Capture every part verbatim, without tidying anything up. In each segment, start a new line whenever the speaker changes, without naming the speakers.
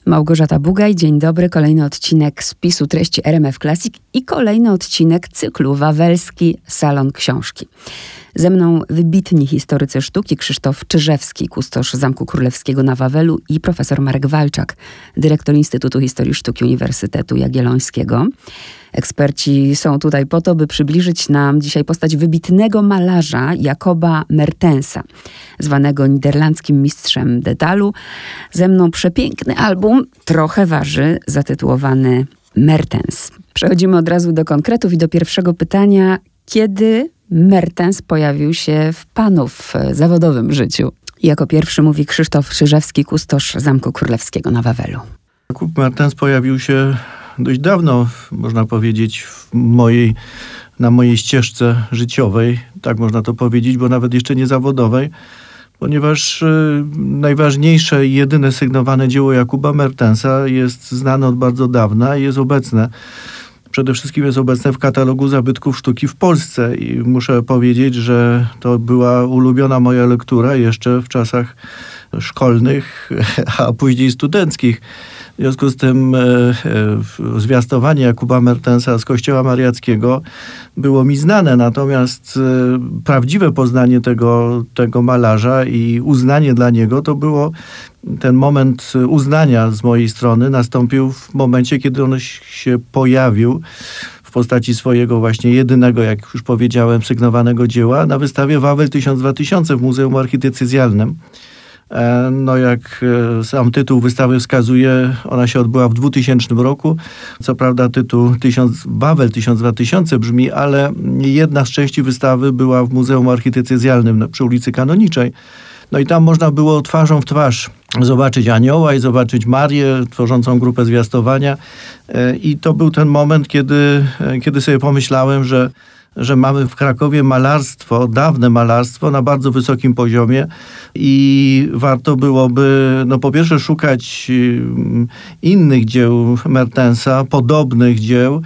Małgorzata Bugaj, dzień dobry. Kolejny odcinek spisu treści R M F Classic i kolejny odcinek cyklu Wawelski Salon Książki. Ze mną wybitni historycy sztuki Krzysztof Czyżewski, kustosz Zamku Królewskiego na Wawelu i profesor Marek Walczak, dyrektor Instytutu Historii Sztuki Uniwersytetu Jagiellońskiego. Eksperci są tutaj po to, by przybliżyć nam dzisiaj postać wybitnego malarza Jacoba Mertensa, zwanego niderlandzkim mistrzem detalu. Ze mną przepiękny album, trochę waży, zatytułowany Mertens. Przechodzimy od razu do konkretów i do pierwszego pytania. Kiedy Mertens pojawił się w panów zawodowym życiu? Jako pierwszy mówi Krzysztof Czyżewski, kustosz Zamku Królewskiego na Wawelu.
Jakub Mertens pojawił się dość dawno, można powiedzieć, w mojej, na mojej ścieżce życiowej, tak można to powiedzieć, bo nawet jeszcze nie zawodowej, ponieważ y, najważniejsze i jedyne sygnowane dzieło Jakuba Mertensa jest znane od bardzo dawna i jest obecne. Przede wszystkim jest obecne w katalogu zabytków sztuki w Polsce i muszę powiedzieć, że to była ulubiona moja lektura jeszcze w czasach szkolnych, a później studenckich. W związku z tym e, e, zwiastowanie Jakuba Mertensa z Kościoła Mariackiego było mi znane, natomiast e, prawdziwe poznanie tego, tego malarza i uznanie dla niego to było, ten moment uznania z mojej strony nastąpił w momencie, kiedy on się pojawił w postaci swojego właśnie jedynego, jak już powiedziałem, sygnowanego dzieła na wystawie Wawel tysiąc dwa tysiące w Muzeum Archidiecezjalnym. No jak sam tytuł wystawy wskazuje, ona się odbyła w dwutysięcznym roku. Co prawda tytuł tysiąc, Wawel tysiąc dwa tysiące brzmi, ale jedna z części wystawy była w Muzeum Archidiecezjalnym przy ulicy Kanoniczej. No i tam można było twarzą w twarz zobaczyć anioła i zobaczyć Marię tworzącą grupę zwiastowania. I to był ten moment, kiedy, kiedy sobie pomyślałem, że że mamy w Krakowie malarstwo, dawne malarstwo na bardzo wysokim poziomie i warto byłoby, no po pierwsze szukać innych dzieł Mertensa, podobnych dzieł,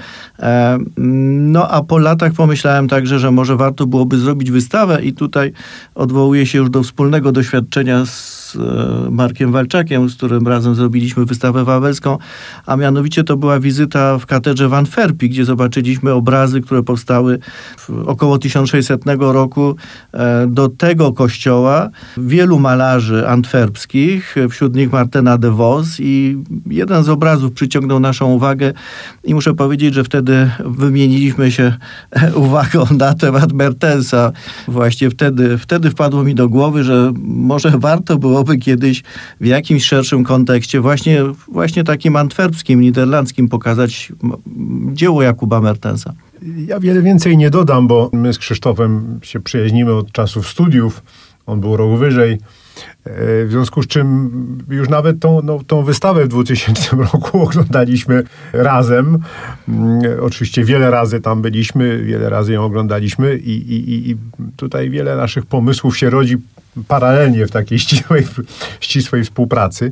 no a po latach pomyślałem także, że może warto byłoby zrobić wystawę i tutaj odwołuję się już do wspólnego doświadczenia z Markiem Walczakiem, z którym razem zrobiliśmy wystawę wawelską, a mianowicie to była wizyta w katedrze w Antwerpii, gdzie zobaczyliśmy obrazy, które powstały w około tysiąc sześćsetnego roku do tego kościoła. Wielu malarzy antwerpskich, wśród nich Martena de Vos, i jeden z obrazów przyciągnął naszą uwagę i muszę powiedzieć, że wtedy wymieniliśmy się uwagą na temat Mertensa. Właśnie wtedy, wtedy wpadło mi do głowy, że może warto było by kiedyś w jakimś szerszym kontekście, właśnie, właśnie takim antwerpskim, niderlandzkim, pokazać dzieło Jakuba Mertensa.
Ja wiele więcej nie dodam, bo my z Krzysztofem się przyjaźnimy od czasów studiów. On był rok wyżej. W związku z czym już nawet tą, no, tą wystawę w dwutysięcznym roku oglądaliśmy razem. Oczywiście wiele razy tam byliśmy, wiele razy ją oglądaliśmy i, i, i tutaj wiele naszych pomysłów się rodzi paralelnie w takiej ścisłej, ścisłej współpracy.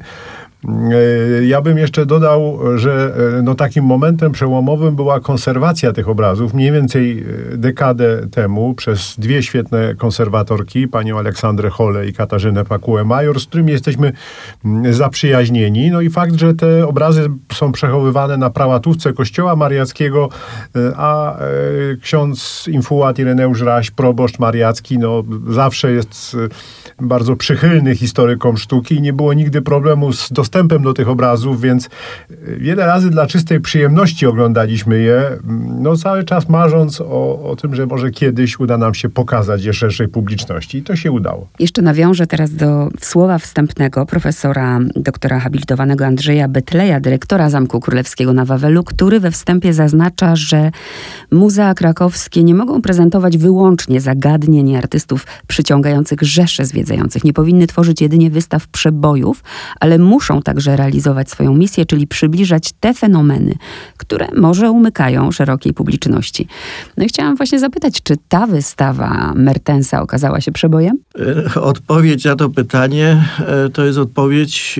Ja bym jeszcze dodał, że no takim momentem przełomowym była konserwacja tych obrazów mniej więcej dekadę temu przez dwie świetne konserwatorki, panią Aleksandrę Holle i Katarzynę Pakułę-Major, z którymi jesteśmy zaprzyjaźnieni. No i fakt, że te obrazy są przechowywane na prałatówce Kościoła Mariackiego, a ksiądz infułat Ireneusz Raś, proboszcz mariacki, no zawsze jest bardzo przychylny historykom sztuki i nie było nigdy problemu z dostępem do tych obrazów, więc wiele razy dla czystej przyjemności oglądaliśmy je, no cały czas marząc o, o tym, że może kiedyś uda nam się pokazać je szerszej publiczności i to się udało.
Jeszcze nawiążę teraz do słowa wstępnego profesora doktora habilitowanego Andrzeja Betleja, dyrektora Zamku Królewskiego na Wawelu, który we wstępie zaznacza, że muzea krakowskie nie mogą prezentować wyłącznie zagadnień artystów przyciągających rzesze zwiedzających. Nie powinny tworzyć jedynie wystaw przebojów, ale muszą także realizować swoją misję, czyli przybliżać te fenomeny, które może umykają szerokiej publiczności. No i chciałam właśnie zapytać, czy ta wystawa Mertensa okazała się przebojem?
Odpowiedź na to pytanie to jest odpowiedź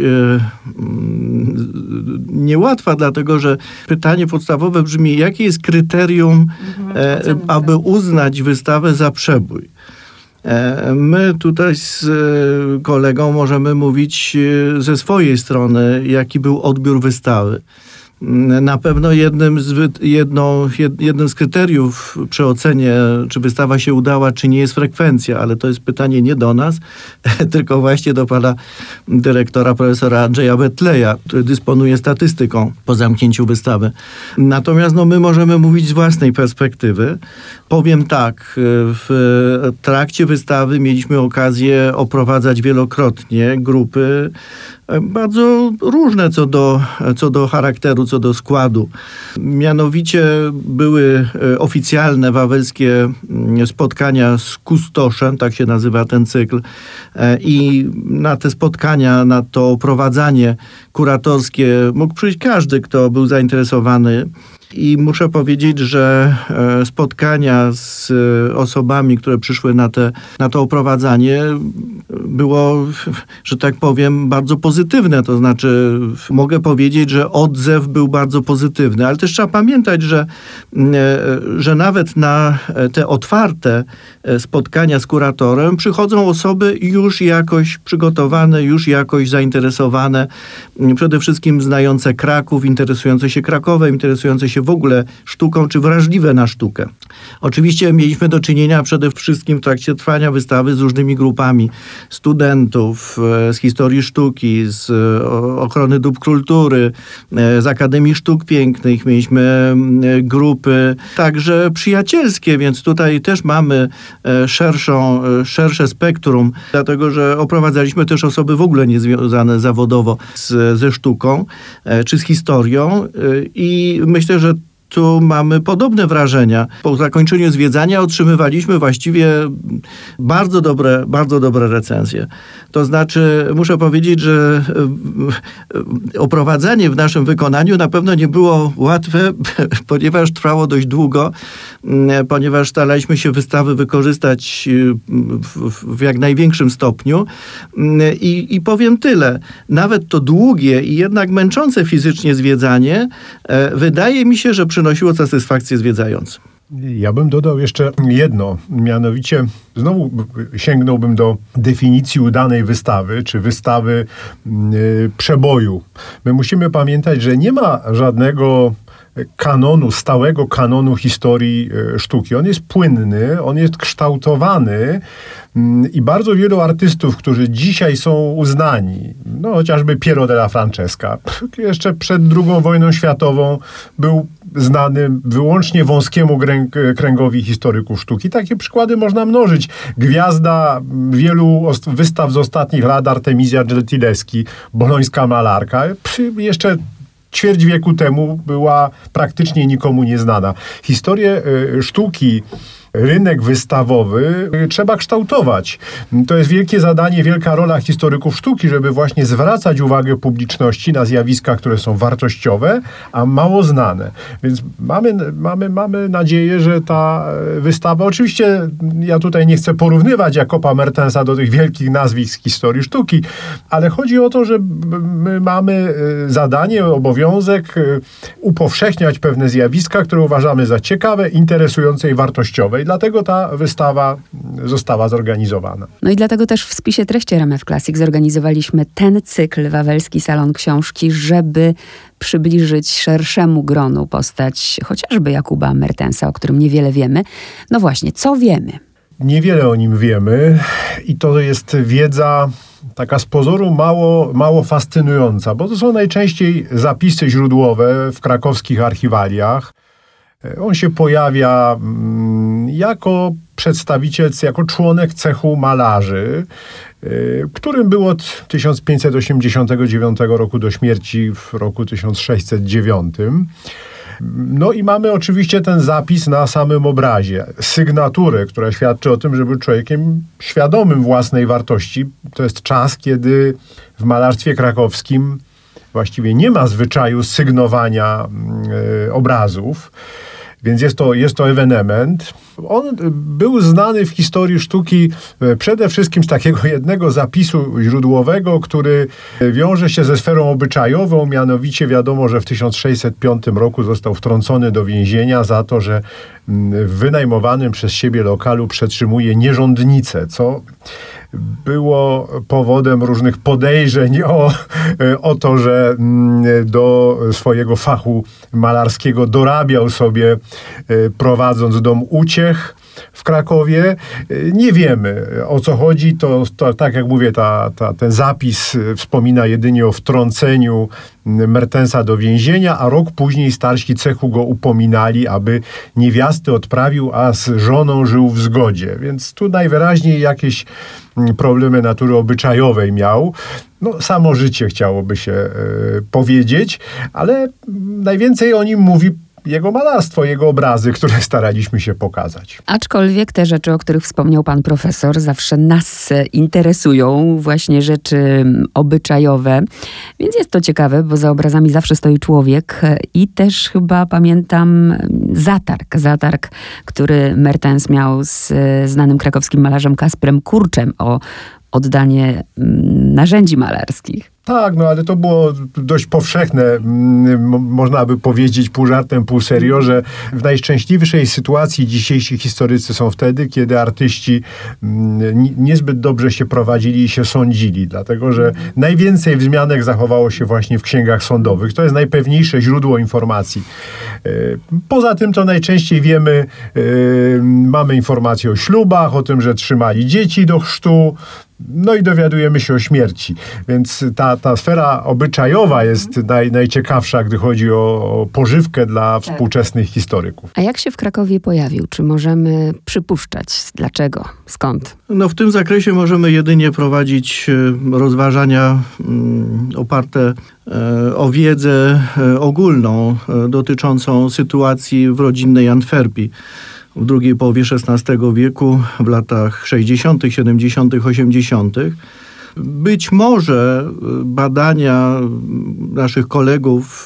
niełatwa, dlatego że pytanie podstawowe brzmi, jakie jest kryterium, mhm, aby uznać wystawę za przebój? My tutaj z kolegą możemy mówić ze swojej strony, jaki był odbiór wystawy. Na pewno jednym z, jedną, jednym z kryteriów przy ocenie, czy wystawa się udała, czy nie, jest frekwencja, ale to jest pytanie nie do nas, tylko właśnie do pana dyrektora, profesora Andrzeja Betleja, który dysponuje statystyką po zamknięciu wystawy. Natomiast no, my możemy mówić z własnej perspektywy. Powiem tak, w trakcie wystawy mieliśmy okazję oprowadzać wielokrotnie grupy bardzo różne co do, co do charakteru, co do składu. Mianowicie były oficjalne wawelskie spotkania z kustoszem, tak się nazywa ten cykl. I na te spotkania, na to oprowadzanie kuratorskie mógł przyjść każdy, kto był zainteresowany. I muszę powiedzieć, że spotkania z osobami, które przyszły na, te, na to oprowadzanie, było, że tak powiem, bardzo pozytywne. To znaczy, mogę powiedzieć, że odzew był bardzo pozytywny, ale też trzeba pamiętać, że, że nawet na te otwarte spotkania z kuratorem przychodzą osoby już jakoś przygotowane, już jakoś zainteresowane, przede wszystkim znające Kraków, interesujące się Krakowem, interesujące się w ogóle sztuką, czy wrażliwe na sztukę. Oczywiście mieliśmy do czynienia przede wszystkim w trakcie trwania wystawy z różnymi grupami studentów z historii sztuki, z ochrony dóbr kultury, z Akademii Sztuk Pięknych. Mieliśmy grupy także przyjacielskie, więc tutaj też mamy szerszą, szersze spektrum, dlatego że oprowadzaliśmy też osoby w ogóle niezwiązane zawodowo z, ze sztuką czy z historią i myślę, że tu mamy podobne wrażenia. Po zakończeniu zwiedzania otrzymywaliśmy właściwie bardzo dobre, bardzo dobre recenzje. To znaczy, muszę powiedzieć, że oprowadzenie w naszym wykonaniu na pewno nie było łatwe, ponieważ trwało dość długo, ponieważ staraliśmy się wystawy wykorzystać w, w jak największym stopniu. I, I powiem tyle, nawet to długie i jednak męczące fizycznie zwiedzanie, wydaje mi się, że przynosiło satysfakcję zwiedzającym.
Ja bym dodał jeszcze jedno, mianowicie znowu sięgnąłbym do definicji udanej wystawy, czy wystawy yy, przeboju. My musimy pamiętać, że nie ma żadnego kanonu, stałego kanonu historii sztuki. On jest płynny, on jest kształtowany i bardzo wielu artystów, którzy dzisiaj są uznani, no chociażby Piero della Francesca, jeszcze przed drugą wojną światową był znany wyłącznie wąskiemu kręgowi historyków sztuki. Takie przykłady można mnożyć. Gwiazda wielu wystaw z ostatnich lat, Artemisia Gentileschi, bolońska malarka, jeszcze ćwierć wieku temu była praktycznie nikomu nieznana. Historię y, sztuki, rynek wystawowy y, trzeba kształtować. To jest wielkie zadanie, wielka rola historyków sztuki, żeby właśnie zwracać uwagę publiczności na zjawiska, które są wartościowe, a mało znane. Więc mamy, mamy, mamy nadzieję, że ta wystawa, oczywiście ja tutaj nie chcę porównywać Jacoba Mertensa do tych wielkich nazwisk historii sztuki, ale chodzi o to, że my mamy zadanie, obowiązek upowszechniać pewne zjawiska, które uważamy za ciekawe, interesujące i wartościowe. I dlatego ta wystawa została zorganizowana.
No i dlatego też w spisie treści R M F Classic zorganizowaliśmy ten cykl Wawelski Salon Książki, żeby przybliżyć szerszemu gronu postać chociażby Jakuba Mertensa, o którym niewiele wiemy. No właśnie, co wiemy?
Niewiele o nim wiemy i to jest wiedza taka z pozoru mało, mało fascynująca, bo to są najczęściej zapisy źródłowe w krakowskich archiwaliach. On się pojawia mm, jako przedstawiciel, jako członek cechu malarzy, y, którym był od tysiąc pięćset osiemdziesiątego dziewiątego roku do śmierci w roku tysiąc sześćset dziewiątym. No i mamy oczywiście ten zapis na samym obrazie, sygnaturę, która świadczy o tym, że był człowiekiem świadomym własnej wartości. To jest czas, kiedy w malarstwie krakowskim właściwie nie ma zwyczaju sygnowania y, obrazów. Więc jest to, jest to ewenement. On był znany w historii sztuki przede wszystkim z takiego jednego zapisu źródłowego, który wiąże się ze sferą obyczajową. Mianowicie wiadomo, że w tysiąc sześćset piątym roku został wtrącony do więzienia za to, że w wynajmowanym przez siebie lokalu przetrzymuje nierządnicę, co było powodem różnych podejrzeń o, o to, że do swojego fachu malarskiego dorabiał sobie, prowadząc dom uciech w Krakowie. Nie wiemy, o co chodzi. To, to tak jak mówię, ta, ta, ten zapis wspomina jedynie o wtrąceniu Mertensa do więzienia, a rok później starsi cechu go upominali, aby niewiasty odprawił, a z żoną żył w zgodzie. Więc tu najwyraźniej jakieś problemy natury obyczajowej miał. No, samo życie chciałoby się e, powiedzieć, ale najwięcej o nim mówi jego malarstwo, jego obrazy, które staraliśmy się pokazać.
Aczkolwiek te rzeczy, o których wspomniał pan profesor, zawsze nas interesują, właśnie rzeczy obyczajowe. Więc jest to ciekawe, bo za obrazami zawsze stoi człowiek i też chyba pamiętam zatarg, zatarg, który Mertens miał z znanym krakowskim malarzem Kasprem Kurczem o oddanie narzędzi malarskich.
Tak, no ale to było dość powszechne, można by powiedzieć pół żartem, pół serio, że w najszczęśliwszej sytuacji dzisiejsi historycy są wtedy, kiedy artyści niezbyt dobrze się prowadzili i się sądzili, dlatego że najwięcej wzmianek zachowało się właśnie w księgach sądowych. To jest najpewniejsze źródło informacji. Poza tym to najczęściej wiemy, mamy informacje o ślubach, o tym, że trzymali dzieci do chrztu, no i dowiadujemy się o śmierci. Więc ta, ta sfera obyczajowa jest naj, najciekawsza, gdy chodzi o, o pożywkę dla tak. współczesnych historyków.
A jak się w Krakowie pojawił? Czy możemy przypuszczać? Dlaczego? Skąd?
No w tym zakresie możemy jedynie prowadzić rozważania mm, oparte e, o wiedzę e, ogólną e, dotyczącą sytuacji w rodzinnej Antwerpii. W drugiej połowie szesnastego wieku, w latach sześćdziesiątych, siedemdziesiątych, osiemdziesiątych. Być może badania naszych kolegów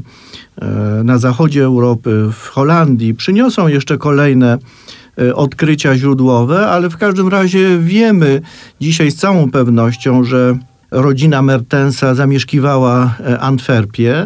na zachodzie Europy, w Holandii, przyniosą jeszcze kolejne odkrycia źródłowe, ale w każdym razie wiemy dzisiaj z całą pewnością, że rodzina Mertensa zamieszkiwała Antwerpię.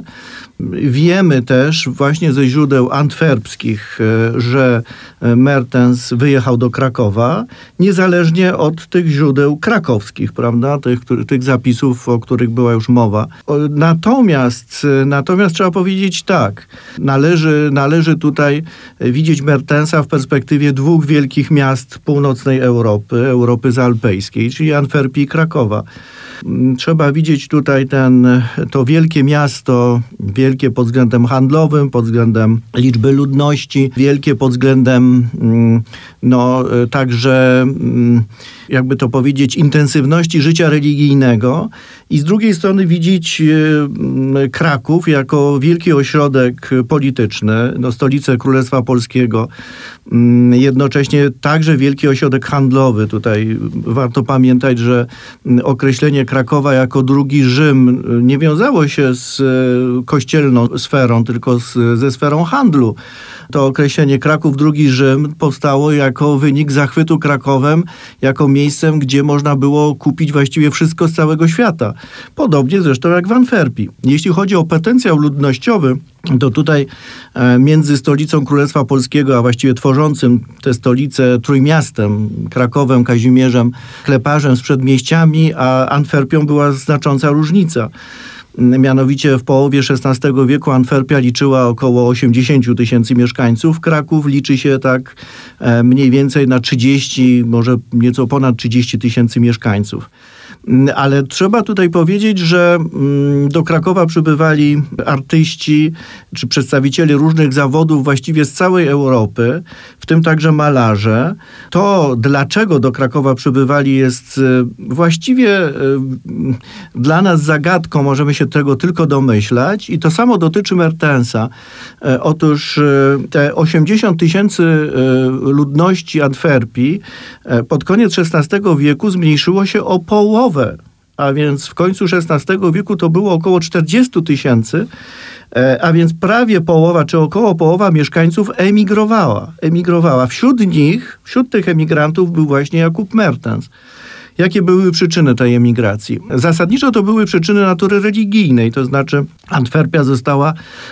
Wiemy też właśnie ze źródeł antwerpskich, że Mertens wyjechał do Krakowa, niezależnie od tych źródeł krakowskich, prawda? Tych, tych zapisów, o których była już mowa. Natomiast, natomiast trzeba powiedzieć tak, należy, należy tutaj widzieć Mertensa w perspektywie dwóch wielkich miast północnej Europy, Europy zaalpejskiej, czyli Antwerpii i Krakowa. Trzeba widzieć tutaj ten, to wielkie miasto, wielkie pod względem handlowym, pod względem liczby ludności, wielkie pod względem no także, jakby to powiedzieć, intensywności życia religijnego i z drugiej strony widzieć Kraków jako wielki ośrodek polityczny, no stolicę Królestwa Polskiego, jednocześnie także wielki ośrodek handlowy. Tutaj warto pamiętać, że określenie Krakowa jako drugi Rzym nie wiązało się z kościelną sferą, tylko z, ze sferą handlu. To określenie Kraków drugi Rzym powstało jako wynik zachwytu Krakowem, jako miejscem, gdzie można było kupić właściwie wszystko z całego świata. Podobnie zresztą jak w Antwerpii. Jeśli chodzi o potencjał ludnościowy, to tutaj między stolicą Królestwa Polskiego, a właściwie tworzącym tę stolicę trójmiastem, Krakowem, Kazimierzem, Kleparzem z przedmieściami, a Antwerpią była znacząca różnica. Mianowicie w połowie szesnastego wieku Antwerpia liczyła około osiemdziesiąt tysięcy mieszkańców. Kraków liczy się tak mniej więcej na trzydzieści, może nieco ponad trzydzieści tysięcy mieszkańców. Ale trzeba tutaj powiedzieć, że do Krakowa przybywali artyści czy przedstawiciele różnych zawodów właściwie z całej Europy, w tym także malarze. To, dlaczego do Krakowa przybywali, jest właściwie dla nas zagadką, możemy się tego tylko domyślać i to samo dotyczy Mertensa. Otóż te osiemdziesiąt tysięcy ludności Antwerpii pod koniec szesnastego wieku zmniejszyło się o połowę. a więc w końcu szesnastego wieku to było około czterdzieści tysięcy, a więc prawie połowa, czy około połowa mieszkańców emigrowała. emigrowała. Wśród nich, wśród tych emigrantów był właśnie Jakub Mertens. Jakie były przyczyny tej emigracji? Zasadniczo to były przyczyny natury religijnej, to znaczy Antwerpia została,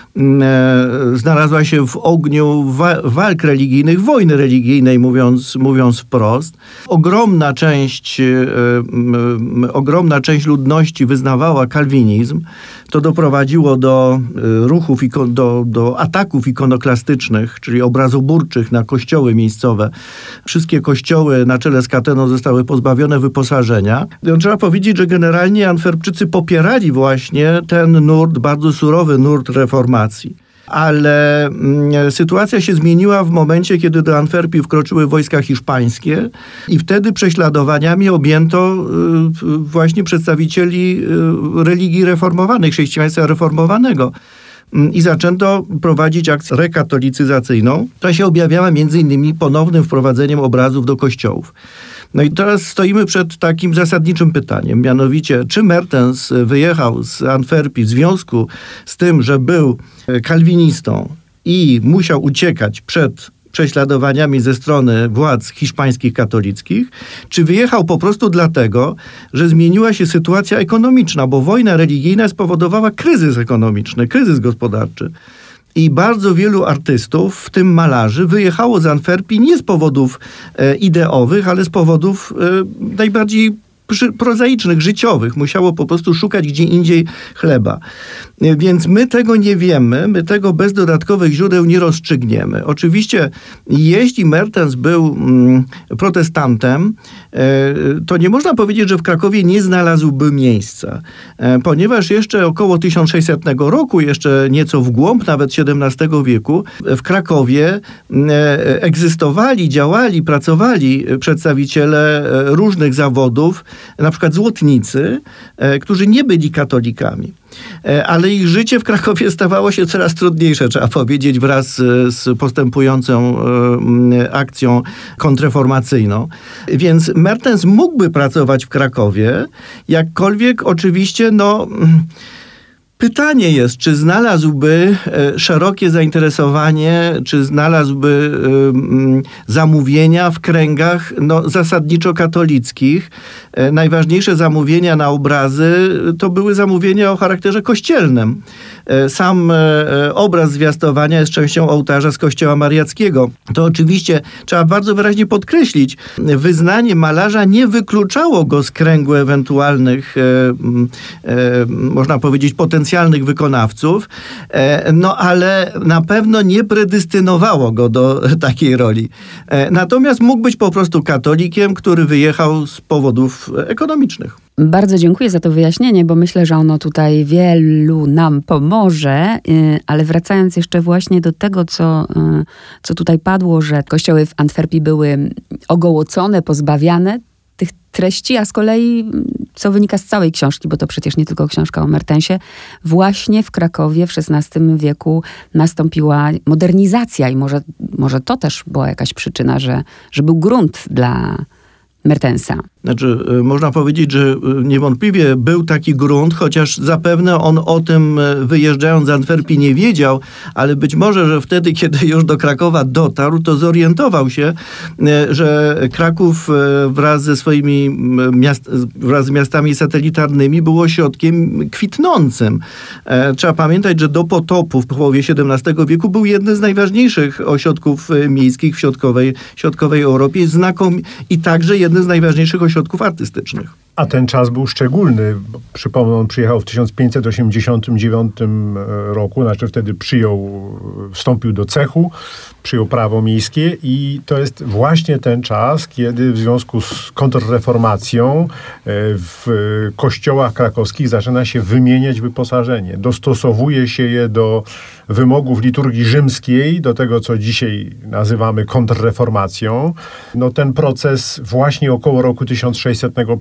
e, znalazła się w ogniu wa- walk religijnych, wojny religijnej, mówiąc, mówiąc wprost. Ogromna część, e, e, ogromna część ludności wyznawała kalwinizm. To doprowadziło do e, ruchów, iko- do, do ataków ikonoklastycznych, czyli obrazoburczych na kościoły miejscowe. Wszystkie kościoły na czele z kateną zostały pozbawione wyposażenia. Trzeba powiedzieć, że generalnie Antwerpczycy popierali właśnie ten nurt, bardzo surowy nurt reformacji. Ale mm, sytuacja się zmieniła w momencie, kiedy do Antwerpii wkroczyły wojska hiszpańskie i wtedy prześladowaniami objęto y, właśnie przedstawicieli y, religii reformowanej, chrześcijaństwa reformowanego. I zaczęto prowadzić akcję rekatolicyzacyjną, która się objawiała między innymi ponownym wprowadzeniem obrazów do kościołów. No i teraz stoimy przed takim zasadniczym pytaniem, mianowicie czy Mertens wyjechał z Antwerpii w związku z tym, że był kalwinistą i musiał uciekać przed prześladowaniami ze strony władz hiszpańskich katolickich, czy wyjechał po prostu dlatego, że zmieniła się sytuacja ekonomiczna, bo wojna religijna spowodowała kryzys ekonomiczny, kryzys gospodarczy. I bardzo wielu artystów, w tym malarzy, wyjechało z Antwerpii nie z powodów e, ideowych, ale z powodów e, najbardziej przy, prozaicznych, życiowych. Musiało po prostu szukać gdzie indziej chleba. E, więc my tego nie wiemy, my tego bez dodatkowych źródeł nie rozstrzygniemy. Oczywiście, jeśli Mertens był mm, protestantem, e, to nie można powiedzieć, że w Krakowie nie znalazłby miejsca. E, ponieważ jeszcze około tysiąc sześćsetnego roku, jeszcze nieco w głąb nawet siedemnastego wieku, w Krakowie e, egzystowali, działali, pracowali przedstawiciele e, różnych zawodów, na przykład złotnicy, e, którzy nie byli katolikami. Ale ich życie w Krakowie stawało się coraz trudniejsze, trzeba powiedzieć, wraz z postępującą akcją kontrreformacyjną. Więc Mertens mógłby pracować w Krakowie, jakkolwiek oczywiście, no... Pytanie jest, czy znalazłby szerokie zainteresowanie, czy znalazłby zamówienia w kręgach no, zasadniczo katolickich. Najważniejsze zamówienia na obrazy to były zamówienia o charakterze kościelnym. Sam obraz zwiastowania jest częścią ołtarza z kościoła mariackiego. To oczywiście trzeba bardzo wyraźnie podkreślić. Wyznanie malarza nie wykluczało go z kręgu ewentualnych, można powiedzieć, potencjalnych wykonawców, no ale na pewno nie predestynowało go do takiej roli. Natomiast mógł być po prostu katolikiem, który wyjechał z powodów ekonomicznych.
Bardzo dziękuję za to wyjaśnienie, bo myślę, że ono tutaj wielu nam pomoże, ale wracając jeszcze właśnie do tego, co, co tutaj padło, że kościoły w Antwerpii były ogołocone, pozbawiane tych treści, a z kolei, co wynika z całej książki, bo to przecież nie tylko książka o Mertensie, właśnie w Krakowie w szesnastym wieku nastąpiła modernizacja i może, może to też była jakaś przyczyna, że, że był grunt dla Mertensa.
Znaczy, można powiedzieć, że niewątpliwie był taki grunt, chociaż zapewne on o tym, wyjeżdżając z Antwerpii, nie wiedział, ale być może, że wtedy, kiedy już do Krakowa dotarł, to zorientował się, że Kraków wraz ze swoimi miast, wraz z miastami satelitarnymi był ośrodkiem kwitnącym. Trzeba pamiętać, że do potopu w połowie siedemnastego wieku był jeden z najważniejszych ośrodków miejskich w środkowej, środkowej Europie, znakom, i także jeden z najważniejszych ośrodków artystycznych.
A ten czas był szczególny. Przypomnę, on przyjechał w tysiąc pięćset osiemdziesiątym dziewiątym roku, znaczy wtedy przyjął, wstąpił do cechu, przyjął prawo miejskie i to jest właśnie ten czas, kiedy w związku z kontrreformacją w kościołach krakowskich zaczyna się wymieniać wyposażenie. Dostosowuje się je do wymogów liturgii rzymskiej, do tego, co dzisiaj nazywamy kontrreformacją. No ten proces właśnie około roku tysiąc sześćsetnego przybrał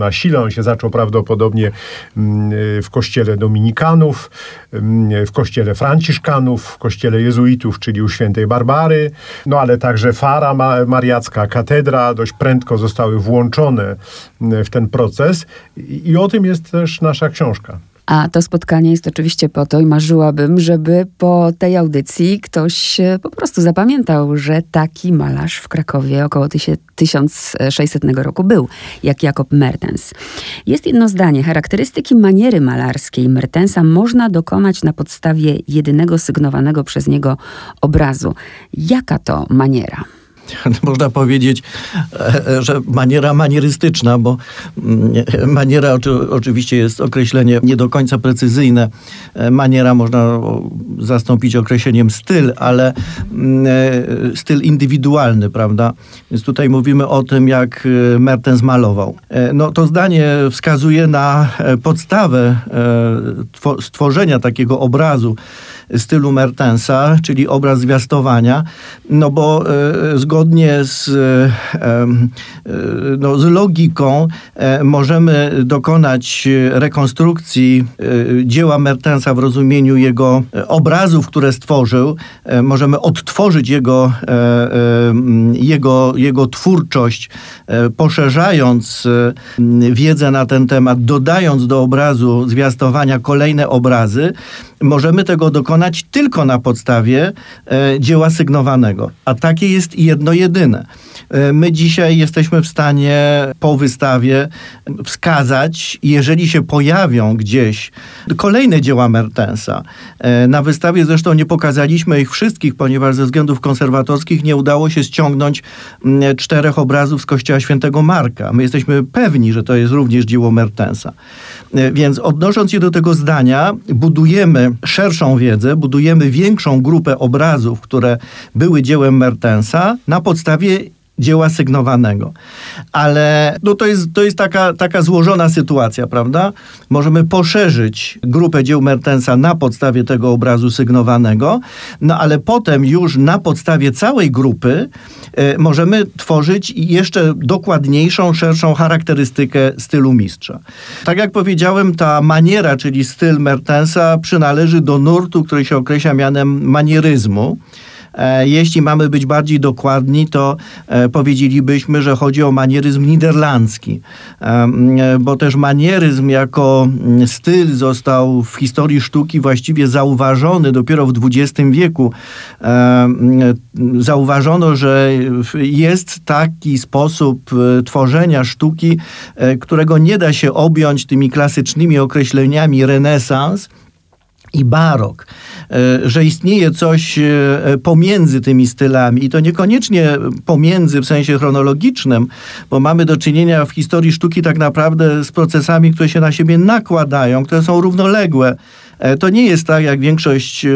nasila. On się zaczął prawdopodobnie w kościele dominikanów, w kościele franciszkanów, w kościele jezuitów, czyli u świętej Barbary, no ale także fara mariacka, katedra dość prędko zostały włączone w ten proces i o tym jest też nasza książka.
A to spotkanie jest oczywiście po to i marzyłabym, żeby po tej audycji ktoś po prostu zapamiętał, że taki malarz w Krakowie około tysiąc sześćsetnego roku był, jak Jakob Mertens. Jest jedno zdanie. Charakterystyki maniery malarskiej Mertensa można dokonać na podstawie jedynego sygnowanego przez niego obrazu. Jaka to maniera?
Można powiedzieć, że maniera manierystyczna, bo maniera oczywiście jest określenie nie do końca precyzyjne. Maniera można zastąpić określeniem styl, ale styl indywidualny, prawda? Więc tutaj mówimy o tym, jak Mertens malował. No, to zdanie wskazuje na podstawę stworzenia takiego obrazu stylu Mertensa, czyli obraz zwiastowania, no bo e, zgodnie z, e, no, z logiką e, możemy dokonać rekonstrukcji e, dzieła Mertensa w rozumieniu jego obrazów, które stworzył. E, możemy odtworzyć jego, e, e, jego, jego twórczość, e, poszerzając e, wiedzę na ten temat, dodając do obrazu zwiastowania kolejne obrazy. Możemy tego dokonać tylko na podstawie e, dzieła sygnowanego. A takie jest jedno jedyne. E, my dzisiaj jesteśmy w stanie po wystawie wskazać, jeżeli się pojawią gdzieś kolejne dzieła Mertensa. E, na wystawie zresztą nie pokazaliśmy ich wszystkich, ponieważ ze względów konserwatorskich nie udało się ściągnąć m, czterech obrazów z kościoła świętego Marka. My jesteśmy pewni, że to jest również dzieło Mertensa. E, więc odnosząc się do tego zdania, budujemy szerszą wiedzę, budujemy większą grupę obrazów, które były dziełem Mertensa na podstawie dzieła sygnowanego. Ale no to jest, to jest taka, taka złożona sytuacja, prawda? Możemy poszerzyć grupę dzieł Mertensa na podstawie tego obrazu sygnowanego, no ale potem już na podstawie całej grupy e, możemy tworzyć jeszcze dokładniejszą, szerszą charakterystykę stylu mistrza. Tak jak powiedziałem, ta maniera, czyli styl Mertensa przynależy do nurtu, który się określa mianem manieryzmu. Jeśli mamy być bardziej dokładni, to e, powiedzielibyśmy, że chodzi o manieryzm niderlandzki, e, bo też manieryzm jako styl został w historii sztuki właściwie zauważony dopiero w dwudziestym wieku. E, zauważono, że jest taki sposób tworzenia sztuki, e, którego nie da się objąć tymi klasycznymi określeniami renesans i barok, że istnieje coś pomiędzy tymi stylami i to niekoniecznie pomiędzy w sensie chronologicznym, bo mamy do czynienia w historii sztuki tak naprawdę z procesami, które się na siebie nakładają, które są równoległe. To nie jest tak, jak większość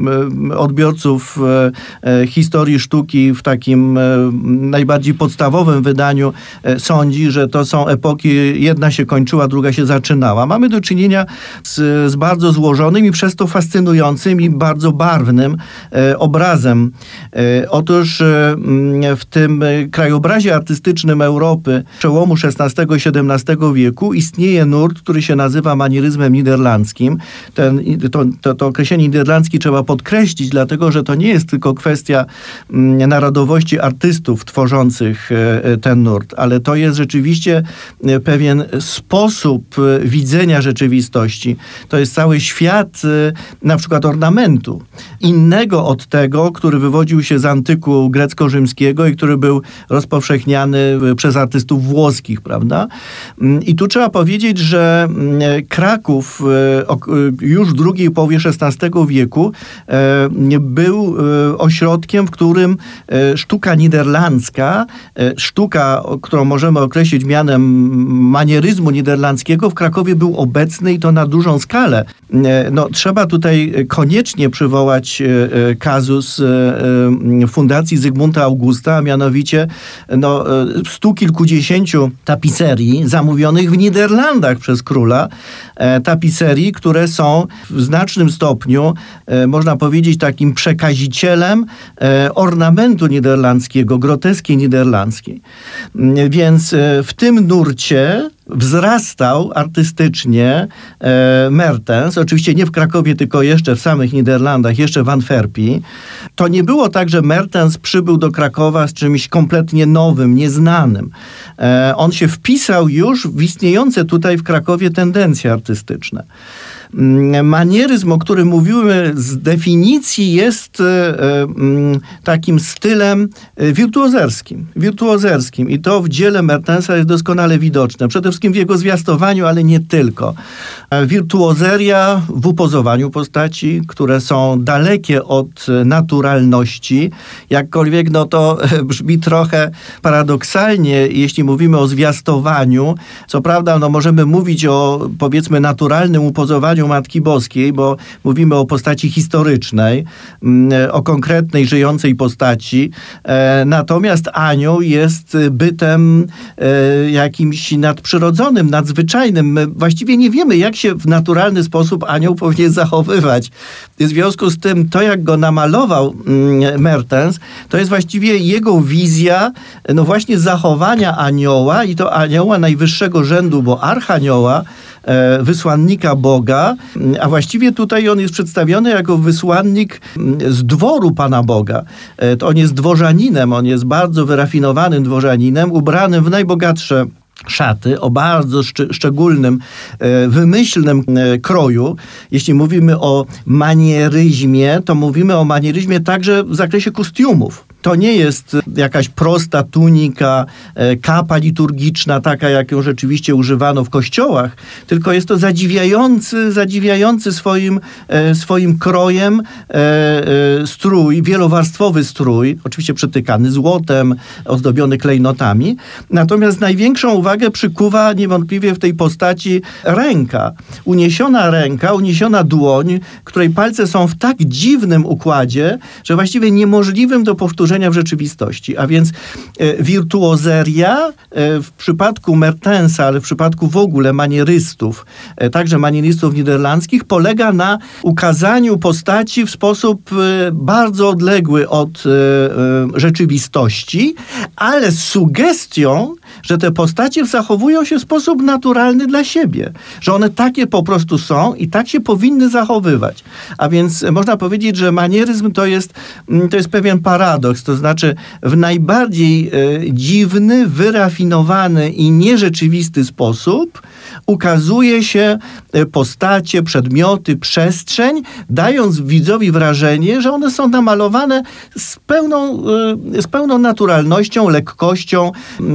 odbiorców historii sztuki w takim najbardziej podstawowym wydaniu sądzi, że to są epoki, jedna się kończyła, druga się zaczynała. Mamy do czynienia z, z bardzo złożonym i przez to fascynującym i bardzo barwnym obrazem. Otóż w tym krajobrazie artystycznym Europy przełomu szesnastego i siedemnastego wieku istnieje nurt, który się nazywa manieryzmem niderlandzkim. Ten, to, to, to określenie niderlandzki trzeba podkreślić, dlatego że to nie jest tylko kwestia mm, narodowości artystów tworzących e, ten nurt, ale to jest rzeczywiście e, pewien sposób e, widzenia rzeczywistości. To jest cały świat e, na przykład ornamentu. Innego od tego, który wywodził się z antyku grecko-rzymskiego i który był rozpowszechniany e, przez artystów włoskich, prawda? I tu trzeba powiedzieć, że e, Kraków e, o, już w drugiej połowie szesnastego wieku e, był e, ośrodkiem, w którym e, sztuka niderlandzka, e, sztuka, którą możemy określić mianem manieryzmu niderlandzkiego, w Krakowie był obecny i to na dużą skalę. E, no, trzeba tutaj koniecznie przywołać e, kazus e, Fundacji Zygmunta Augusta, a mianowicie no, e, stu kilkudziesięciu tapicerii zamówionych w Niderlandach przez króla. E, tapicerii, które są w znacznym stopniu, e, można powiedzieć, takim przekazicielem e, ornamentu niderlandzkiego, groteski niderlandzkiej. Więc e, w tym nurcie wzrastał artystycznie e, Mertens, oczywiście nie w Krakowie, tylko jeszcze w samych Niderlandach, jeszcze w Antwerpii. To nie było tak, że Mertens przybył do Krakowa z czymś kompletnie nowym, nieznanym. E, on się wpisał już w istniejące tutaj w Krakowie tendencje artystyczne. Manieryzm, o którym mówimy z definicji, jest e, e, takim stylem wirtuozerskim. Wirtuozerskim. I to w dziele Mertensa jest doskonale widoczne. Przede wszystkim w jego zwiastowaniu, ale nie tylko. Wirtuozeria w upozowaniu postaci, które są dalekie od naturalności. Jakkolwiek no to brzmi trochę paradoksalnie, jeśli mówimy o zwiastowaniu. Co prawda no możemy mówić o, powiedzmy, naturalnym upozowaniu Matki Boskiej, bo mówimy o postaci historycznej, o konkretnej, żyjącej postaci. Natomiast anioł jest bytem jakimś nadprzyrodzonym, nadzwyczajnym. My właściwie nie wiemy, jak się w naturalny sposób anioł powinien zachowywać. W związku z tym, to jak go namalował Mertens, to jest właściwie jego wizja, no właśnie zachowania anioła i to anioła najwyższego rzędu, bo archanioła, wysłannika Boga, a właściwie tutaj on jest przedstawiony jako wysłannik z dworu Pana Boga. To on jest dworzaninem, on jest bardzo wyrafinowanym dworzaninem, ubranym w najbogatsze szaty o bardzo szcz- szczególnym, e, wymyślnym e, kroju. Jeśli mówimy o manieryzmie, to mówimy o manieryzmie także w zakresie kostiumów. To nie jest jakaś prosta tunika, e, kapa liturgiczna, taka jak ją rzeczywiście używano w kościołach, tylko jest to zadziwiający, zadziwiający swoim, e, swoim krojem e, e, strój, wielowarstwowy strój, oczywiście przetykany złotem, ozdobiony klejnotami. Natomiast największą uwagę przykuwa niewątpliwie w tej postaci ręka. Uniesiona ręka, uniesiona dłoń, której palce są w tak dziwnym układzie, że właściwie niemożliwym do powtórzenia w rzeczywistości. A więc e, wirtuozeria e, w przypadku Mertensa, ale w przypadku w ogóle manierystów, e, także manierystów niderlandzkich, polega na ukazaniu postaci w sposób e, bardzo odległy od e, e, rzeczywistości, ale z sugestią, że te postacie zachowują się w sposób naturalny dla siebie. Że one takie po prostu są i tak się powinny zachowywać. A więc można powiedzieć, że manieryzm to jest, to jest pewien paradoks. To znaczy w najbardziej e, dziwny, wyrafinowany i nierzeczywisty sposób ukazuje się postacie, przedmioty, przestrzeń, dając widzowi wrażenie, że one są namalowane z pełną, z pełną naturalnością, lekkością.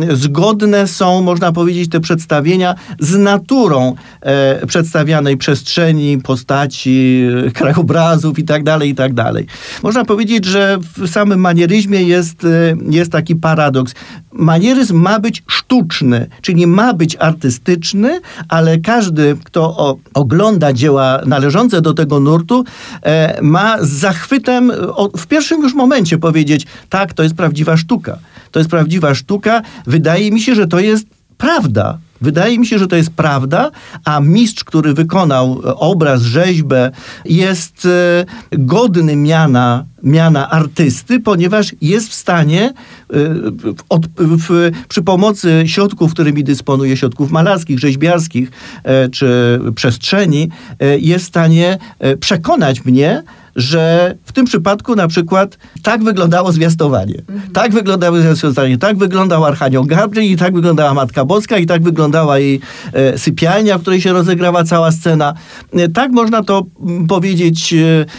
Zgodne są, można powiedzieć, te przedstawienia z naturą e, przedstawianej przestrzeni, postaci, krajobrazów i tak dalej, i tak dalej. Można powiedzieć, że w samym manieryzmie jest, jest taki paradoks. Manieryzm ma być sztuczny, czyli ma być artystyczny, ale każdy, kto o, ogląda dzieła należące do tego nurtu, e, ma z zachwytem o, w pierwszym już momencie powiedzieć, tak, to jest prawdziwa sztuka. To jest prawdziwa sztuka. Wydaje mi się, że to jest prawda. Wydaje mi się, że to jest prawda, a mistrz, który wykonał obraz, rzeźbę, jest e, godny miana, miana artysty, ponieważ jest w stanie e, od, w, przy pomocy środków, którymi dysponuje, środków malarskich, rzeźbiarskich e, czy przestrzeni, e, jest w stanie e, przekonać mnie, że w tym przypadku na przykład tak wyglądało zwiastowanie. Mhm. Tak wyglądało zwiastowanie, tak wyglądał Archanioł Gabriel i tak wyglądała Matka Boska i tak wyglądała jej e, sypialnia, w której się rozegrała cała scena. E, tak można to m, powiedzieć,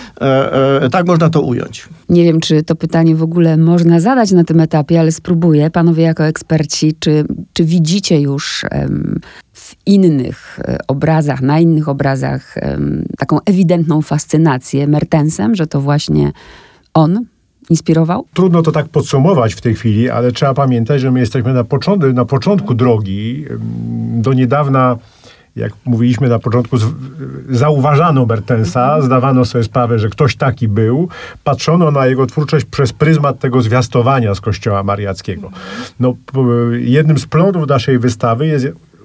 e, e, tak można to ująć.
Nie wiem, czy to pytanie w ogóle można zadać na tym etapie, ale spróbuję. Panowie jako eksperci, czy, czy widzicie już em, w innych obrazach, na innych obrazach em, taką ewidentną fascynację Mertensem, że to właśnie on inspirował?
Trudno to tak podsumować w tej chwili, ale trzeba pamiętać, że my jesteśmy na, początku, na początku drogi. Do niedawna, jak mówiliśmy na początku, zauważano Mertensa, zdawano sobie sprawę, że ktoś taki był, patrzono na jego twórczość przez pryzmat tego zwiastowania z Kościoła Mariackiego. No, jednym z plonów naszej wystawy jest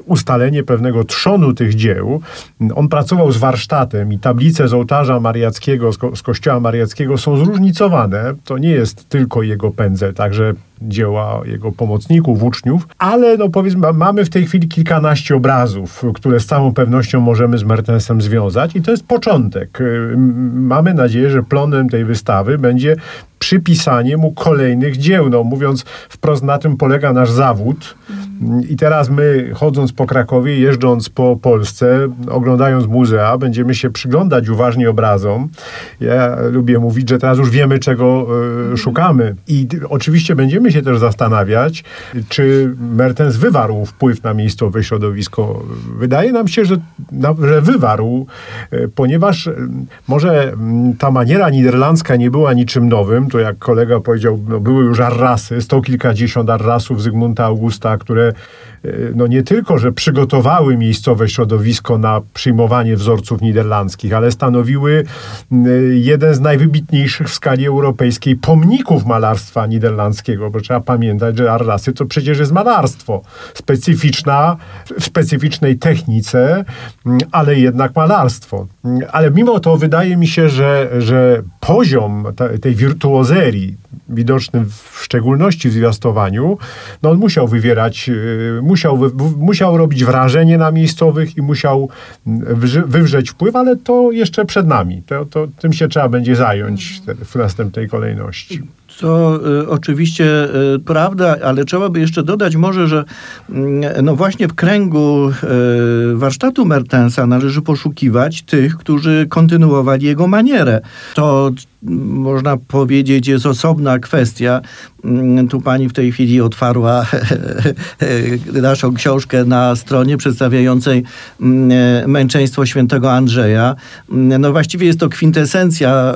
ustalenie pewnego trzonu tych dzieł. On pracował z warsztatem i tablice z ołtarza mariackiego, z, ko- z kościoła mariackiego są zróżnicowane. To nie jest tylko jego pędzel, także dzieła jego pomocników, uczniów, ale no powiedzmy, mamy w tej chwili kilkanaście obrazów, które z całą pewnością możemy z Mertensem związać i to jest początek. Mamy nadzieję, że plonem tej wystawy będzie przypisanie mu kolejnych dzieł. No, mówiąc wprost, na tym polega nasz zawód. I teraz my, chodząc po Krakowie, jeżdżąc po Polsce, oglądając muzea, będziemy się przyglądać uważnie obrazom. Ja lubię mówić, że teraz już wiemy, czego y, szukamy. I oczywiście będziemy się też zastanawiać, czy Mertens wywarł wpływ na miejscowe środowisko. Wydaje nam się, że, na, że wywarł, y, ponieważ y, może y, ta maniera niderlandzka nie była niczym nowym. To jak kolega powiedział, no, były już arrasy, sto kilkadziesiąt arrasów Zygmunta Augusta, które no nie tylko, że przygotowały miejscowe środowisko na przyjmowanie wzorców niderlandzkich, ale stanowiły jeden z najwybitniejszych w skali europejskiej pomników malarstwa niderlandzkiego, bo trzeba pamiętać, że arrasy to przecież jest malarstwo. Specyficzna, w specyficznej technice, ale jednak malarstwo. Ale mimo to wydaje mi się, że, że poziom te, tej wirtuozerii, widoczny w szczególności w zwiastowaniu, no on musiał wywierać, musiał, musiał robić wrażenie na miejscowych i musiał wywrzeć wpływ, ale to jeszcze przed nami. To, to, tym się trzeba będzie zająć w następnej kolejności.
To y, oczywiście y, prawda, ale trzeba by jeszcze dodać może, że y, no właśnie w kręgu y, warsztatu Mertensa należy poszukiwać tych, którzy kontynuowali jego manierę. To można powiedzieć, jest osobna kwestia. Tu pani w tej chwili otwarła naszą książkę na stronie przedstawiającej męczeństwo świętego Andrzeja. No właściwie jest to kwintesencja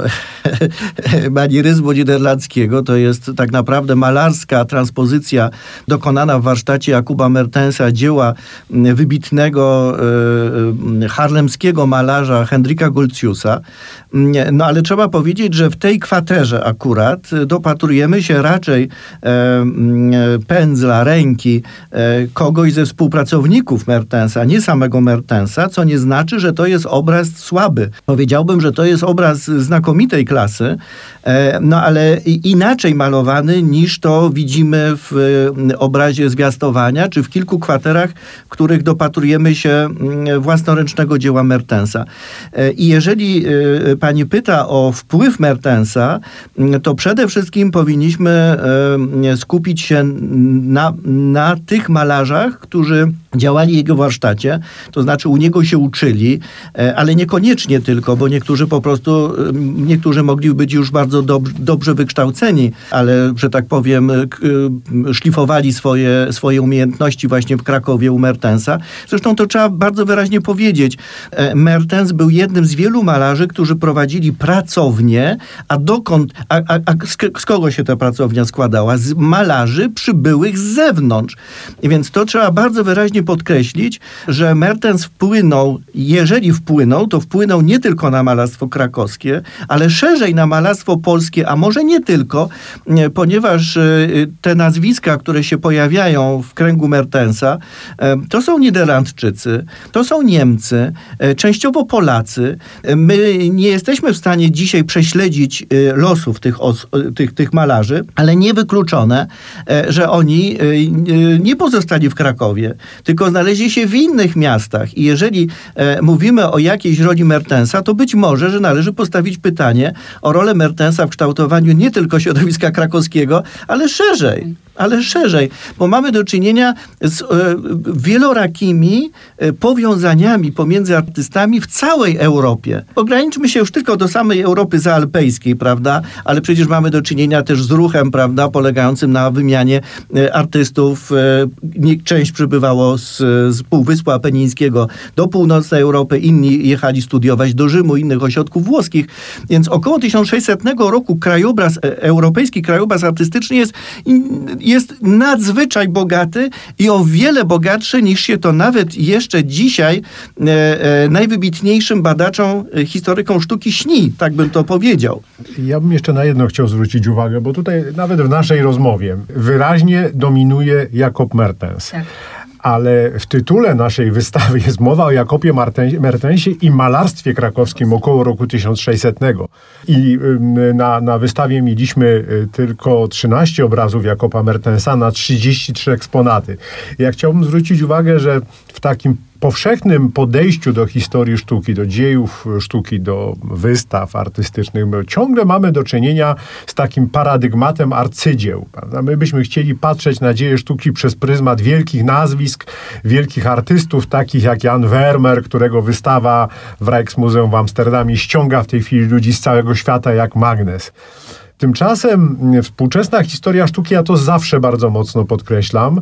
manieryzmu niderlandzkiego. To jest tak naprawdę malarska transpozycja dokonana w warsztacie Jakuba Mertensa dzieła wybitnego harlemskiego malarza Hendrika Goltziusa. No ale trzeba powiedzieć, że w tej kwaterze akurat dopatrujemy się raczej e, pędzla, ręki e, kogoś ze współpracowników Mertensa, nie samego Mertensa, co nie znaczy, że to jest obraz słaby. Powiedziałbym, że to jest obraz znakomitej klasy, e, no ale inaczej malowany niż to widzimy w e, obrazie zwiastowania, czy w kilku kwaterach, w których dopatrujemy się e, własnoręcznego dzieła Mertensa. E, I jeżeli e, pani pyta o wpływ Mertensa, to przede wszystkim powinniśmy skupić się na, na tych malarzach, którzy działali w jego warsztacie, to znaczy u niego się uczyli, ale niekoniecznie tylko, bo niektórzy po prostu, niektórzy mogli być już bardzo dob- dobrze wykształceni, ale, że tak powiem, szlifowali swoje, swoje umiejętności właśnie w Krakowie u Mertensa. Zresztą to trzeba bardzo wyraźnie powiedzieć. Mertens był jednym z wielu malarzy, którzy prowadzili pracownię, a dokąd, a, a, a z, z kogo się ta pracownia składała? Z malarzy przybyłych z zewnątrz. I więc to trzeba bardzo wyraźnie podkreślić, że Mertens wpłynął, jeżeli wpłynął, to wpłynął nie tylko na malarstwo krakowskie, ale szerzej na malarstwo polskie, a może nie tylko, ponieważ te nazwiska, które się pojawiają w kręgu Mertensa, to są Niderlandczycy, to są Niemcy, częściowo Polacy. My nie jesteśmy w stanie dzisiaj prześledzić losów tych, os- tych, tych malarzy, ale niewykluczone, że oni nie pozostali w Krakowie, tylko znaleźli się w innych miastach. I jeżeli mówimy o jakiejś roli Mertensa, to być może, że należy postawić pytanie o rolę Mertensa w kształtowaniu nie tylko środowiska krakowskiego, ale szerzej. Ale szerzej, bo mamy do czynienia z e, wielorakimi e, powiązaniami pomiędzy artystami w całej Europie. Ograniczmy się już tylko do samej Europy zaalpejskiej, prawda? Ale przecież mamy do czynienia też z ruchem, prawda, polegającym na wymianie e, artystów. E, nie, część przybywało z, z Półwyspu Apenińskiego do północnej Europy, inni jechali studiować do Rzymu, innych ośrodków włoskich. Więc około tysiąc sześćsetnego roku krajobraz, e, europejski krajobraz artystyczny jest jest nadzwyczaj bogaty i o wiele bogatszy niż się to nawet jeszcze dzisiaj e, e, najwybitniejszym badaczom, e, historykom sztuki śni, tak bym to powiedział.
Ja bym jeszcze na jedno chciał zwrócić uwagę, bo tutaj nawet w naszej rozmowie wyraźnie dominuje Jakob Mertens. Tak. ale w tytule naszej wystawy jest mowa o Jakobie Mertensie i malarstwie krakowskim około roku tysiąc sześćsetnego. I na, na wystawie mieliśmy tylko trzynaście obrazów Jakoba Mertensa na trzydzieści trzy eksponaty. Ja chciałbym zwrócić uwagę, że w takim powszechnym podejściu do historii sztuki, do dziejów sztuki, do wystaw artystycznych, my ciągle mamy do czynienia z takim paradygmatem arcydzieł. Prawda? My byśmy chcieli patrzeć na dzieje sztuki przez pryzmat wielkich nazwisk, wielkich artystów, takich jak Jan Vermeer, którego wystawa w Rijksmuseum w Amsterdamie ściąga w tej chwili ludzi z całego świata jak magnes. Tymczasem współczesna historia sztuki, ja to zawsze bardzo mocno podkreślam,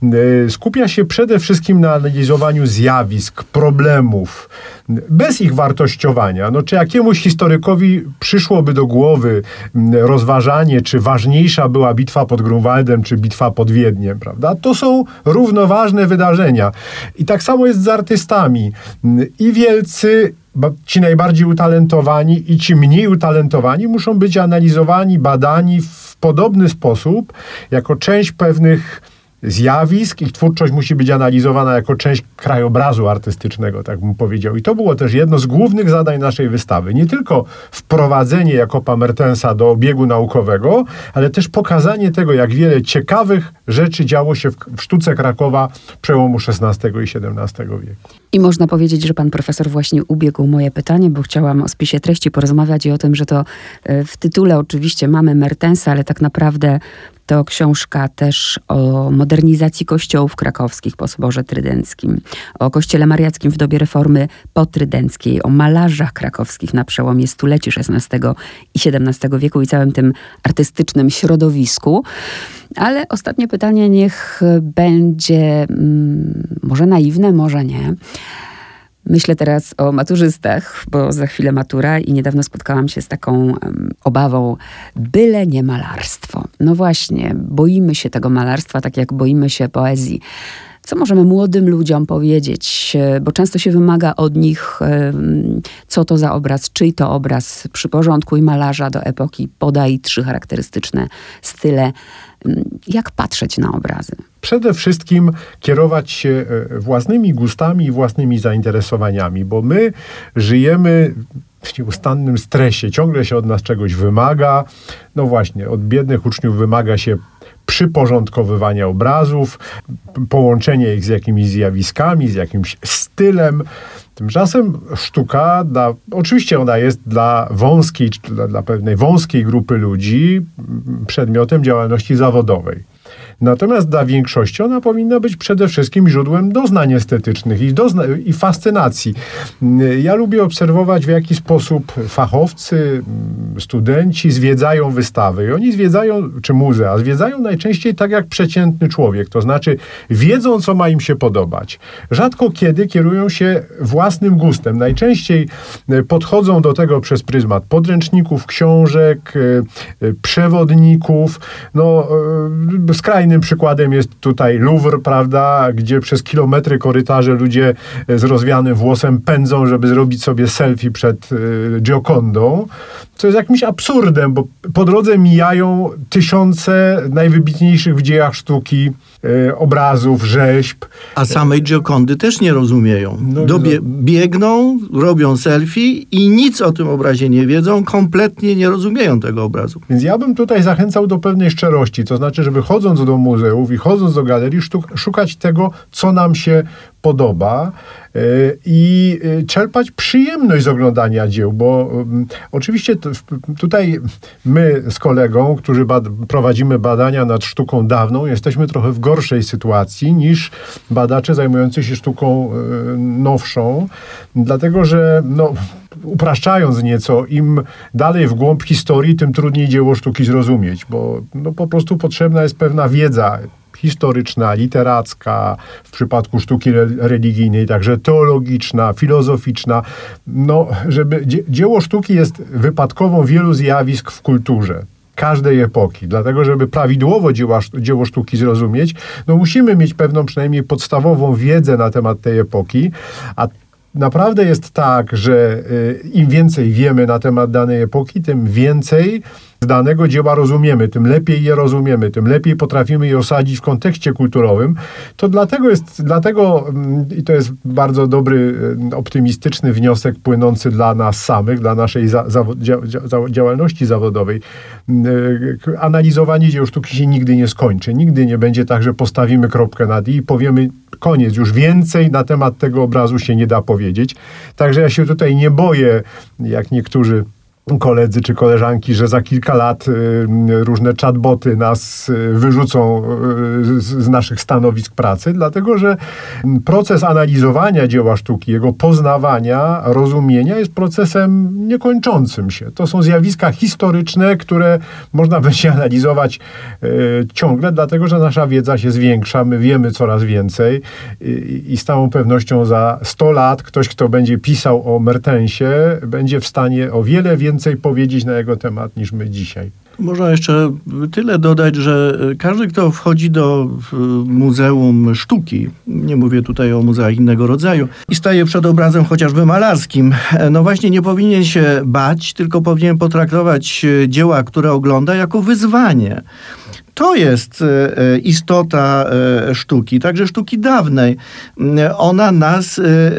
skupia się przede wszystkim na analizowaniu zjawisk, problemów, bez ich wartościowania. No, czy jakiemuś historykowi przyszłoby do głowy rozważanie, czy ważniejsza była bitwa pod Grunwaldem, czy bitwa pod Wiedniem, prawda? To są równoważne wydarzenia. I tak samo jest z artystami. I wielcy, ci najbardziej utalentowani i ci mniej utalentowani muszą być analizowani, badani w podobny sposób, jako część pewnych zjawisk. Ich twórczość musi być analizowana jako część krajobrazu artystycznego, tak bym powiedział. I to było też jedno z głównych zadań naszej wystawy. Nie tylko wprowadzenie Jakoba Mertensa do obiegu naukowego, ale też pokazanie tego, jak wiele ciekawych rzeczy działo się w, w sztuce Krakowa przełomu szesnastego i siedemnastego wieku.
I można powiedzieć, że pan profesor właśnie ubiegł moje pytanie, bo chciałam o spisie treści porozmawiać i o tym, że to w tytule oczywiście mamy Mertensa, ale tak naprawdę to książka też o modernizacji kościołów krakowskich po Soborze Trydenckim, o kościele mariackim w dobie reformy potrydenckiej, o malarzach krakowskich na przełomie stuleci szesnastego i siedemnastego wieku i całym tym artystycznym środowisku. Ale ostatnie pytanie niech będzie hmm, może naiwne, może nie. Myślę teraz o maturzystach, bo za chwilę matura i niedawno spotkałam się z taką um, obawą, byle nie malarstwo. No właśnie, boimy się tego malarstwa, tak jak boimy się poezji. Co możemy młodym ludziom powiedzieć? Bo często się wymaga od nich, um, co to za obraz, czyj to obraz, przyporządkuj malarza do epoki, podaj trzy charakterystyczne style. Jak patrzeć na obrazy?
Przede wszystkim kierować się własnymi gustami i własnymi zainteresowaniami, bo my żyjemy w nieustannym stresie. Ciągle się od nas czegoś wymaga. No właśnie, od biednych uczniów wymaga się przyporządkowywania obrazów, połączenie ich z jakimiś zjawiskami, z jakimś stylem. Tymczasem sztuka, dla, oczywiście ona jest dla wąskiej, dla, dla pewnej wąskiej grupy ludzi przedmiotem działalności zawodowej. Natomiast dla większości ona powinna być przede wszystkim źródłem doznań estetycznych i, dozna- i fascynacji. Ja lubię obserwować, w jaki sposób fachowcy, studenci zwiedzają wystawy. I oni zwiedzają, czy muzea, zwiedzają najczęściej tak jak przeciętny człowiek. To znaczy wiedzą, co ma im się podobać. Rzadko kiedy kierują się własnym gustem. Najczęściej podchodzą do tego przez pryzmat podręczników, książek, przewodników. No, skrajnym przykładem jest tutaj Louvre, prawda, gdzie przez kilometry korytarze ludzie z rozwianym włosem pędzą, żeby zrobić sobie selfie przed y, Giocondą, co jest jakimś absurdem, bo po drodze mijają tysiące najwybitniejszych w dziejach sztuki y, obrazów, rzeźb.
A samej Giocondy też nie rozumieją.
No,
Dobie- biegną, robią selfie i nic o tym obrazie nie wiedzą, kompletnie nie rozumieją tego obrazu.
Więc ja bym tutaj zachęcał do pewnej szczerości, to znaczy, żeby chodząc do muzeów i chodząc do galerii, sztuk- szukać tego, co nam się podoba yy, i yy, czerpać przyjemność z oglądania dzieł, bo yy, oczywiście t- tutaj my z kolegą, którzy bad- prowadzimy badania nad sztuką dawną, jesteśmy trochę w gorszej sytuacji niż badacze zajmujący się sztuką yy, nowszą, dlatego że no, upraszczając nieco, im dalej w głąb historii, tym trudniej dzieło sztuki zrozumieć, bo no, po prostu potrzebna jest pewna wiedza historyczna, literacka, w przypadku sztuki re- religijnej, także teologiczna, filozoficzna. No, żeby dzie- dzieło sztuki jest wypadkową wielu zjawisk w kulturze każdej epoki. Dlatego, żeby prawidłowo dzieła, dzieło sztuki zrozumieć, no musimy mieć pewną przynajmniej podstawową wiedzę na temat tej epoki, a naprawdę jest tak, że y, im więcej wiemy na temat danej epoki, tym więcej danego dzieła rozumiemy, tym lepiej je rozumiemy, tym lepiej potrafimy je osadzić w kontekście kulturowym, to dlatego jest, dlatego i to jest bardzo dobry, optymistyczny wniosek płynący dla nas samych, dla naszej za, za, dzia, dzia, działalności zawodowej. Analizowanie dzieł sztuki się nigdy nie skończy. Nigdy nie będzie tak, że postawimy kropkę nad i i powiemy koniec, już więcej na temat tego obrazu się nie da powiedzieć. Także ja się tutaj nie boję, jak niektórzy koledzy czy koleżanki, że za kilka lat y, różne chatboty nas y, wyrzucą y, z, z naszych stanowisk pracy, dlatego że proces analizowania dzieła sztuki, jego poznawania, rozumienia jest procesem niekończącym się. To są zjawiska historyczne, które można będzie analizować y, ciągle, dlatego że nasza wiedza się zwiększa, my wiemy coraz więcej y, i z całą pewnością za sto lat ktoś, kto będzie pisał o Mertensie, będzie w stanie o wiele więcej więcej powiedzieć na jego temat niż my dzisiaj.
Można jeszcze tyle dodać, że każdy, kto wchodzi do Muzeum Sztuki, nie mówię tutaj o muzeach innego rodzaju, i staje przed obrazem chociażby malarskim, no właśnie nie powinien się bać, tylko powinien potraktować dzieła, które ogląda, jako wyzwanie. To jest istota sztuki, także sztuki dawnej. Ona nas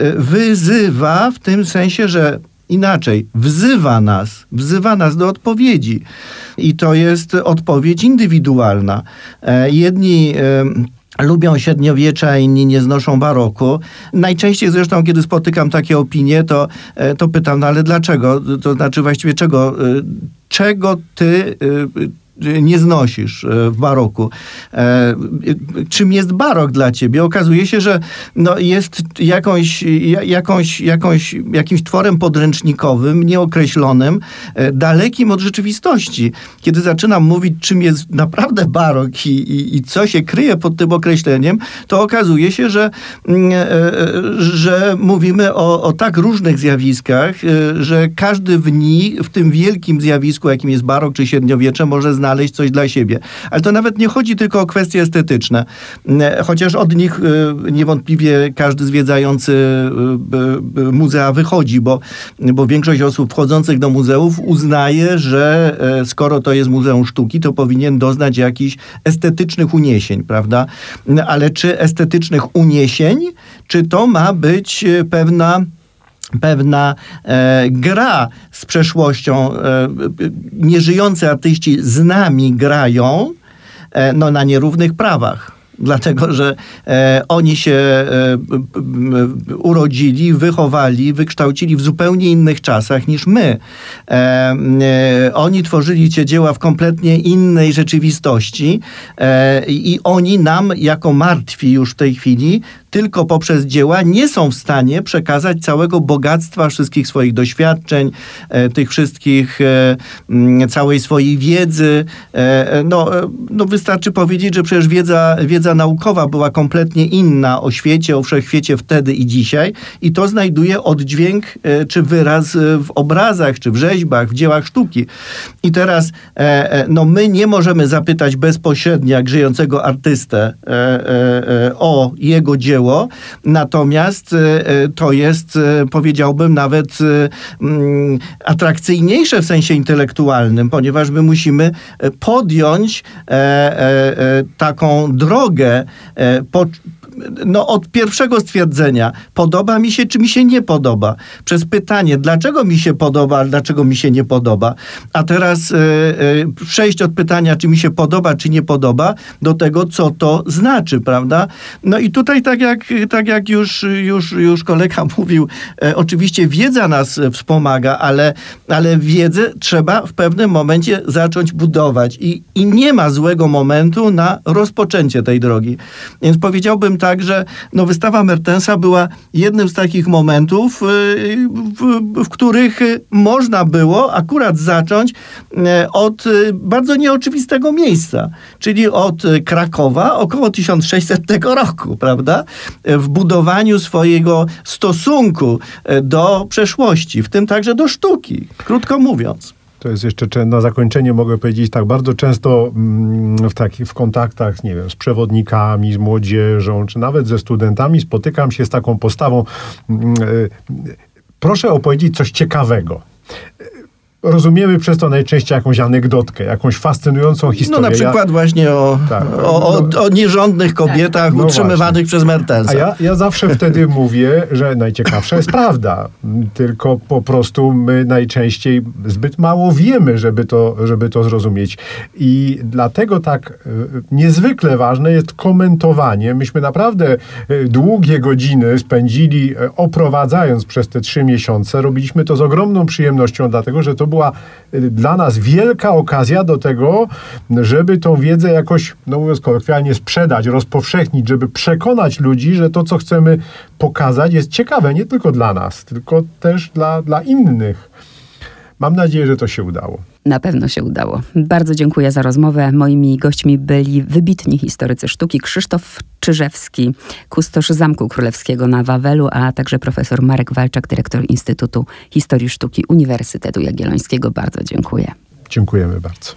wyzywa w tym sensie, że inaczej, wzywa nas, wzywa nas do odpowiedzi. I to jest odpowiedź indywidualna. Jedni lubią średniowiecze, inni nie znoszą baroku. Najczęściej zresztą, kiedy spotykam takie opinie, to, to pytam, no ale dlaczego? To znaczy właściwie czego, czego ty nie znosisz w baroku. E, czym jest barok dla ciebie? Okazuje się, że no jest jakąś, jakąś, jakąś, jakimś tworem podręcznikowym, nieokreślonym, e, dalekim od rzeczywistości. Kiedy zaczynam mówić, czym jest naprawdę barok i, i, i co się kryje pod tym określeniem, to okazuje się, że, e, że mówimy o, o tak różnych zjawiskach, e, że każdy w nich, w tym wielkim zjawisku, jakim jest barok czy średniowiecze, może znaleźć znaleźć coś dla siebie. Ale to nawet nie chodzi tylko o kwestie estetyczne. Chociaż od nich niewątpliwie każdy zwiedzający muzea wychodzi, bo, bo większość osób wchodzących do muzeów uznaje, że skoro to jest Muzeum Sztuki, to powinien doznać jakichś estetycznych uniesień, prawda? Ale czy estetycznych uniesień, czy to ma być pewna pewna e, gra z przeszłością. E, nieżyjący artyści z nami grają e, no, na nierównych prawach. Dlatego, że e, oni się e, urodzili, wychowali, wykształcili w zupełnie innych czasach niż my. E, e, oni tworzyli te dzieła w kompletnie innej rzeczywistości e, i oni nam, jako martwi już w tej chwili, tylko poprzez dzieła nie są w stanie przekazać całego bogactwa wszystkich swoich doświadczeń, e, tych wszystkich, e, m, całej swojej wiedzy. E, no, no wystarczy powiedzieć, że przecież wiedza, wiedza naukowa była kompletnie inna o świecie, o wszechświecie wtedy i dzisiaj i to znajduje oddźwięk e, czy wyraz w obrazach, czy w rzeźbach, w dziełach sztuki. I teraz e, no my nie możemy zapytać bezpośrednio jak żyjącego artystę e, e, e, o jego dzieło, natomiast e, to jest, e, powiedziałbym, nawet e, m, atrakcyjniejsze w sensie intelektualnym, ponieważ my musimy podjąć e, e, e, taką drogę e, po, no, od pierwszego stwierdzenia, podoba mi się, czy mi się nie podoba. Przez pytanie, dlaczego mi się podoba, a dlaczego mi się nie podoba. A teraz e, e, przejść od pytania, czy mi się podoba, czy nie podoba, do tego, co to znaczy, prawda? No i tutaj, tak jak, tak jak już, już, już kolega mówił, e, oczywiście wiedza nas wspomaga, ale, ale wiedzę trzeba w pewnym momencie zacząć budować. I, i nie ma złego momentu na rozpoczęcie tej drogi. Więc powiedziałbym tak, że no, wystawa Mertensa była jednym z takich momentów, w, w, w których można było akurat zacząć od bardzo nieoczywistego miejsca, czyli od Krakowa około tysiąc sześćsetnego roku, prawda? W budowaniu swojego stosunku do przeszłości, w tym także do sztuki, krótko mówiąc.
To jest jeszcze na zakończenie mogę powiedzieć tak, bardzo często w takich w kontaktach, nie wiem, z przewodnikami, z młodzieżą, czy nawet ze studentami spotykam się z taką postawą. Proszę opowiedzieć coś ciekawego. rozumiemy przez to najczęściej jakąś anegdotkę, jakąś fascynującą historię.
No na przykład ja, właśnie o, tak, o, o, o nierządnych kobietach no utrzymywanych właśnie. przez Mertensa.
A ja, ja zawsze wtedy mówię, że najciekawsza jest prawda, tylko po prostu my najczęściej zbyt mało wiemy, żeby to, żeby to zrozumieć. I dlatego tak niezwykle ważne jest komentowanie. Myśmy naprawdę długie godziny spędzili oprowadzając przez te trzy miesiące. Robiliśmy to z ogromną przyjemnością, dlatego że to była dla nas wielka okazja do tego, żeby tą wiedzę jakoś, no mówiąc kolokwialnie, sprzedać, rozpowszechnić, żeby przekonać ludzi, że to, co chcemy pokazać, jest ciekawe nie tylko dla nas, tylko też dla, dla innych. Mam nadzieję, że to się udało.
Na pewno się udało. Bardzo dziękuję za rozmowę. Moimi gośćmi byli wybitni historycy sztuki Krzysztof Czyżewski, kustosz Zamku Królewskiego na Wawelu, a także profesor Marek Walczak, dyrektor Instytutu Historii Sztuki Uniwersytetu Jagiellońskiego. Bardzo dziękuję.
Dziękujemy bardzo.